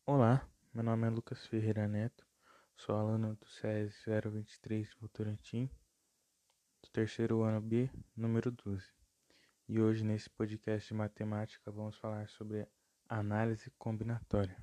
Olá, meu nome é Lucas Ferreira Neto, sou aluno do SESI 023 de Votorantim, do terceiro ano B, número 12. E hoje, nesse podcast de matemática, vamos falar sobre análise combinatória.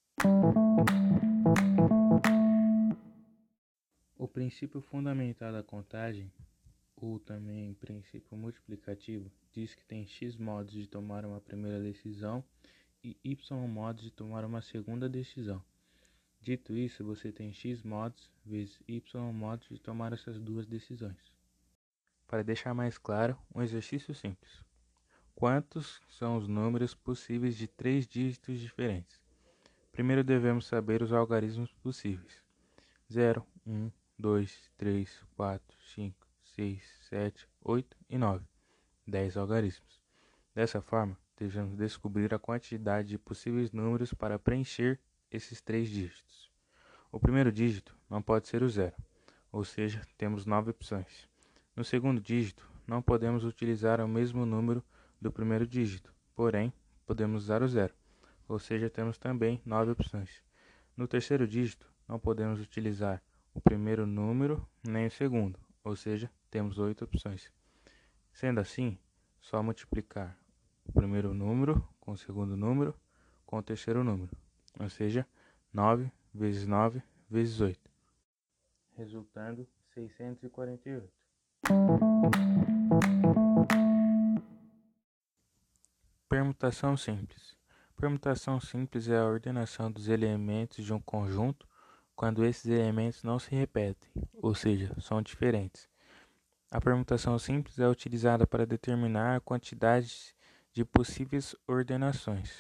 O princípio fundamental da contagem, ou também princípio multiplicativo, diz que tem x modos de tomar uma primeira decisão e y modos de tomar uma segunda decisão. Dito isso, você tem x modos vezes y modos de tomar essas duas decisões. Para deixar mais claro, um exercício simples. Quantos são os números possíveis de 3 dígitos diferentes? Primeiro devemos saber os algarismos possíveis. 0, 1, 2, 3, 4, 5, 6, 7, 8 e 9. 10 algarismos. Dessa forma, devemos descobrir a quantidade de possíveis números para preencher esses 3 dígitos. O primeiro dígito não pode ser o zero, ou seja, temos 9 opções. No segundo dígito, não podemos utilizar o mesmo número do primeiro dígito, porém, podemos usar o zero, ou seja, temos também 9 opções. No terceiro dígito, não podemos utilizar o primeiro número nem o segundo, ou seja, temos 8 opções. Sendo assim, só multiplicar o primeiro número com o segundo número com o terceiro número, ou seja, 9 vezes 9 vezes 8, resultando 648. Permutação simples. Permutação simples é a ordenação dos elementos de um conjunto quando esses elementos não se repetem, ou seja, são diferentes. A permutação simples é utilizada para determinar a quantidade de possíveis ordenações.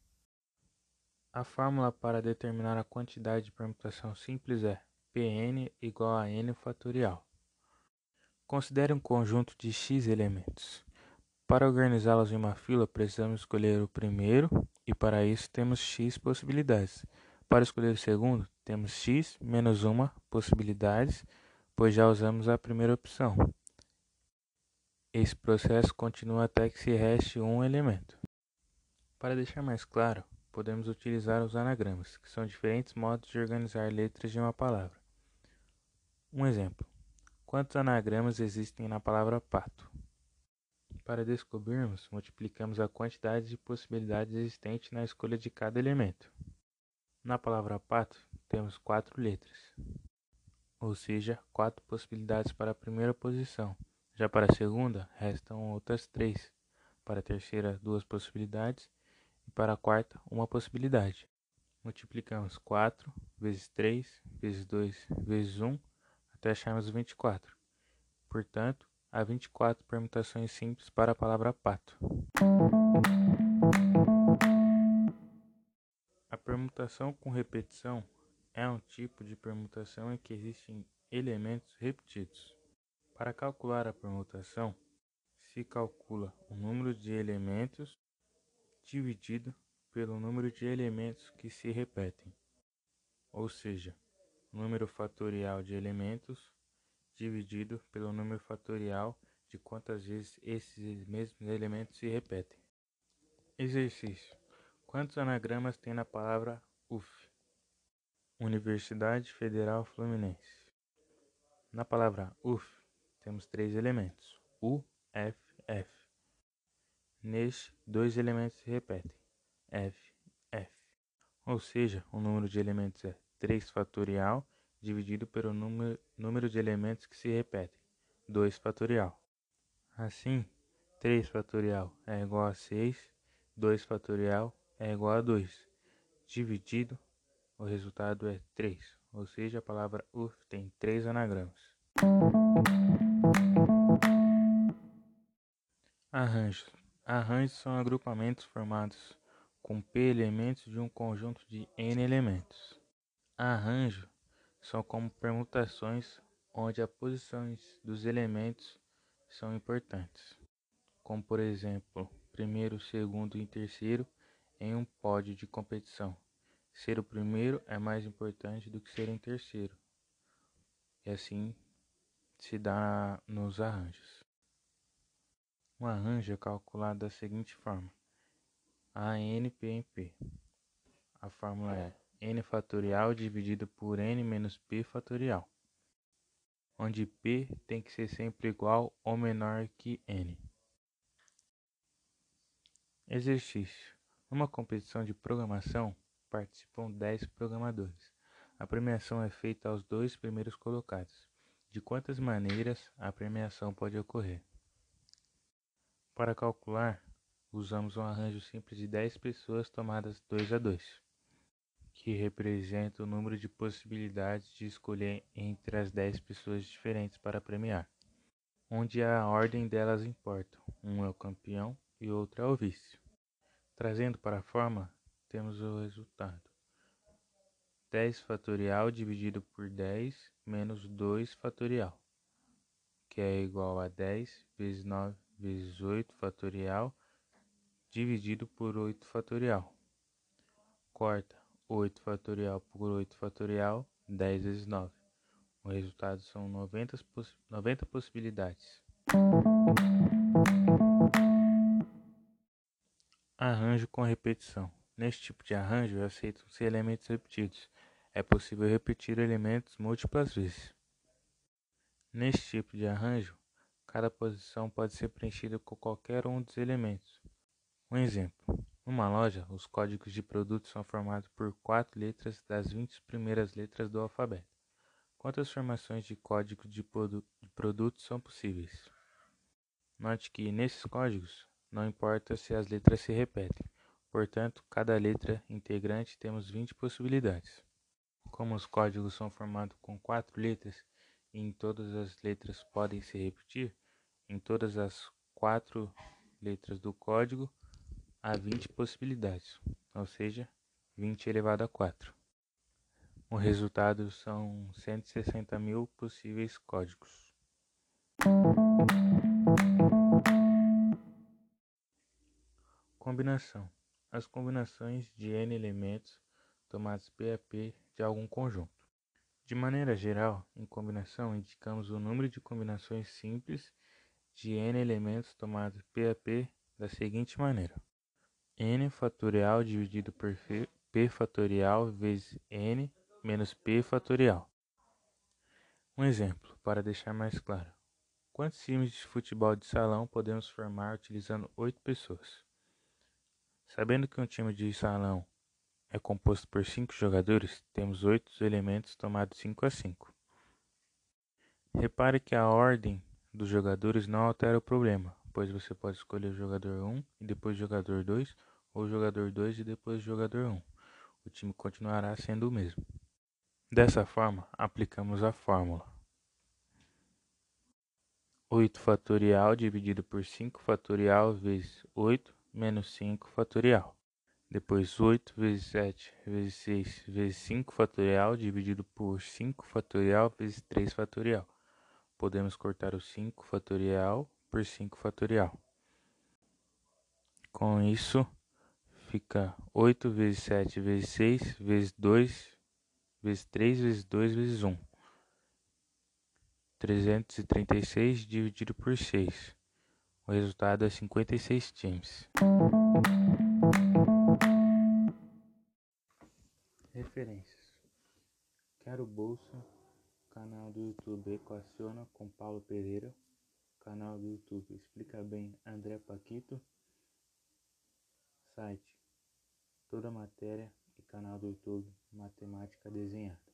A fórmula para determinar a quantidade de permutação simples é Pn igual a n fatorial. Considere um conjunto de x elementos. Para organizá-los em uma fila, precisamos escolher o primeiro e para isso temos x possibilidades. Para escolher o segundo, temos x menos uma possibilidades, pois já usamos a primeira opção. Esse processo continua até que se reste um elemento. Para deixar mais claro, podemos utilizar os anagramas, que são diferentes modos de organizar letras de uma palavra. Um exemplo: quantos anagramas existem na palavra pato? Para descobrirmos, multiplicamos a quantidade de possibilidades existentes na escolha de cada elemento. Na palavra pato, temos 4 letras, ou seja, 4 possibilidades para a primeira posição. Já para a segunda, restam outras 3. Para a terceira, 2 possibilidades. E para a quarta, uma possibilidade. Multiplicamos 4 vezes 3 vezes 2 vezes 1 até acharmos 24. Portanto, há 24 permutações simples para a palavra pato. A permutação com repetição é um tipo de permutação em que existem elementos repetidos. Para calcular a permutação, se calcula o número de elementos dividido pelo número de elementos que se repetem, ou seja, o número fatorial de elementos dividido pelo número fatorial de quantas vezes esses mesmos elementos se repetem. Exercício: quantos anagramas tem na palavra UF? Universidade Federal Fluminense. Na palavra UF, temos 3 elementos, U, F, F. Neste, 2 elementos se repetem, F, F. Ou seja, o número de elementos é 3 fatorial dividido pelo número de elementos que se repetem, 2 fatorial. Assim, 3 fatorial é igual a 6, 2 fatorial é igual a 2. Dividido, o resultado é 3, ou seja, a palavra UF tem 3 anagramas. Arranjos. Arranjos são agrupamentos formados com P elementos de um conjunto de N elementos. Arranjo são como permutações onde as posições dos elementos são importantes, como por exemplo, primeiro, segundo e terceiro em um pódio de competição. Ser o primeiro é mais importante do que ser em terceiro, e assim se dá nos arranjos. Um arranjo é calculado da seguinte forma: ANP em P. A fórmula é n fatorial dividido por n menos p fatorial, onde p tem que ser sempre igual ou menor que n. Exercício. Numa competição de programação, participam 10 programadores. A premiação é feita aos 2 primeiros colocados. De quantas maneiras a premiação pode ocorrer? Para calcular, usamos um arranjo simples de 10 pessoas tomadas 2 a 2, que representa o número de possibilidades de escolher entre as 10 pessoas diferentes para premiar, onde a ordem delas importa. Um é o campeão e o outro é o vice. Trazendo para a forma, temos o resultado. 10 fatorial dividido por 10 menos 2 fatorial, que é igual a 10 vezes 9 vezes 8 fatorial dividido por 8 fatorial. Corta 8 fatorial por 8 fatorial, 10 vezes 9. O resultado são 90 possibilidades. Arranjo com repetição. Neste tipo de arranjo, aceitam-se elementos repetidos. É possível repetir elementos múltiplas vezes. Neste tipo de arranjo, cada posição pode ser preenchida com qualquer um dos elementos. Um exemplo. Numa loja, os códigos de produto são formados por 4 letras das 20 primeiras letras do alfabeto. Quantas formações de código de produto são possíveis? Note que, nesses códigos, não importa se as letras se repetem. Portanto, cada letra integrante temos 20 possibilidades. Como os códigos são formados com 4 letras e em todas as letras podem se repetir, em todas as 4 letras do código há 20 possibilidades, ou seja, 20 elevado a 4. O resultado são 160 mil possíveis códigos. Combinação. As combinações de n elementos tomados P a P de algum conjunto. De maneira geral, em combinação, indicamos o número de combinações simples de n elementos tomados P a P da seguinte maneira: n fatorial dividido por p fatorial vezes n menos p fatorial. Um exemplo, para deixar mais claro. Quantos times de futebol de salão podemos formar utilizando 8 pessoas? Sabendo que um time de salão é composto por 5 jogadores, temos 8 elementos tomados 5 a 5. Repare que a ordem dos jogadores não altera o problema, pois você pode escolher o jogador 1 e depois o jogador 2, ou o jogador 2 e depois o jogador 1. O time continuará sendo o mesmo. Dessa forma, aplicamos a fórmula 8 fatorial dividido por 5 fatorial vezes 8 menos 5 fatorial. Depois 8 vezes 7 vezes 6 vezes 5 fatorial dividido por 5 fatorial vezes 3 fatorial. Podemos cortar o 5 fatorial por 5 fatorial. Com isso, fica 8 vezes 7 vezes 6 vezes 2 vezes 3 vezes 2 vezes 1. 336 dividido por 6. O resultado é 56 times. Referências. Quero Bolsa, canal do YouTube Equaciona com Paulo Pereira, canal do YouTube Explica Bem André Paquito, site Toda Matéria e canal do YouTube Matemática Desenhada.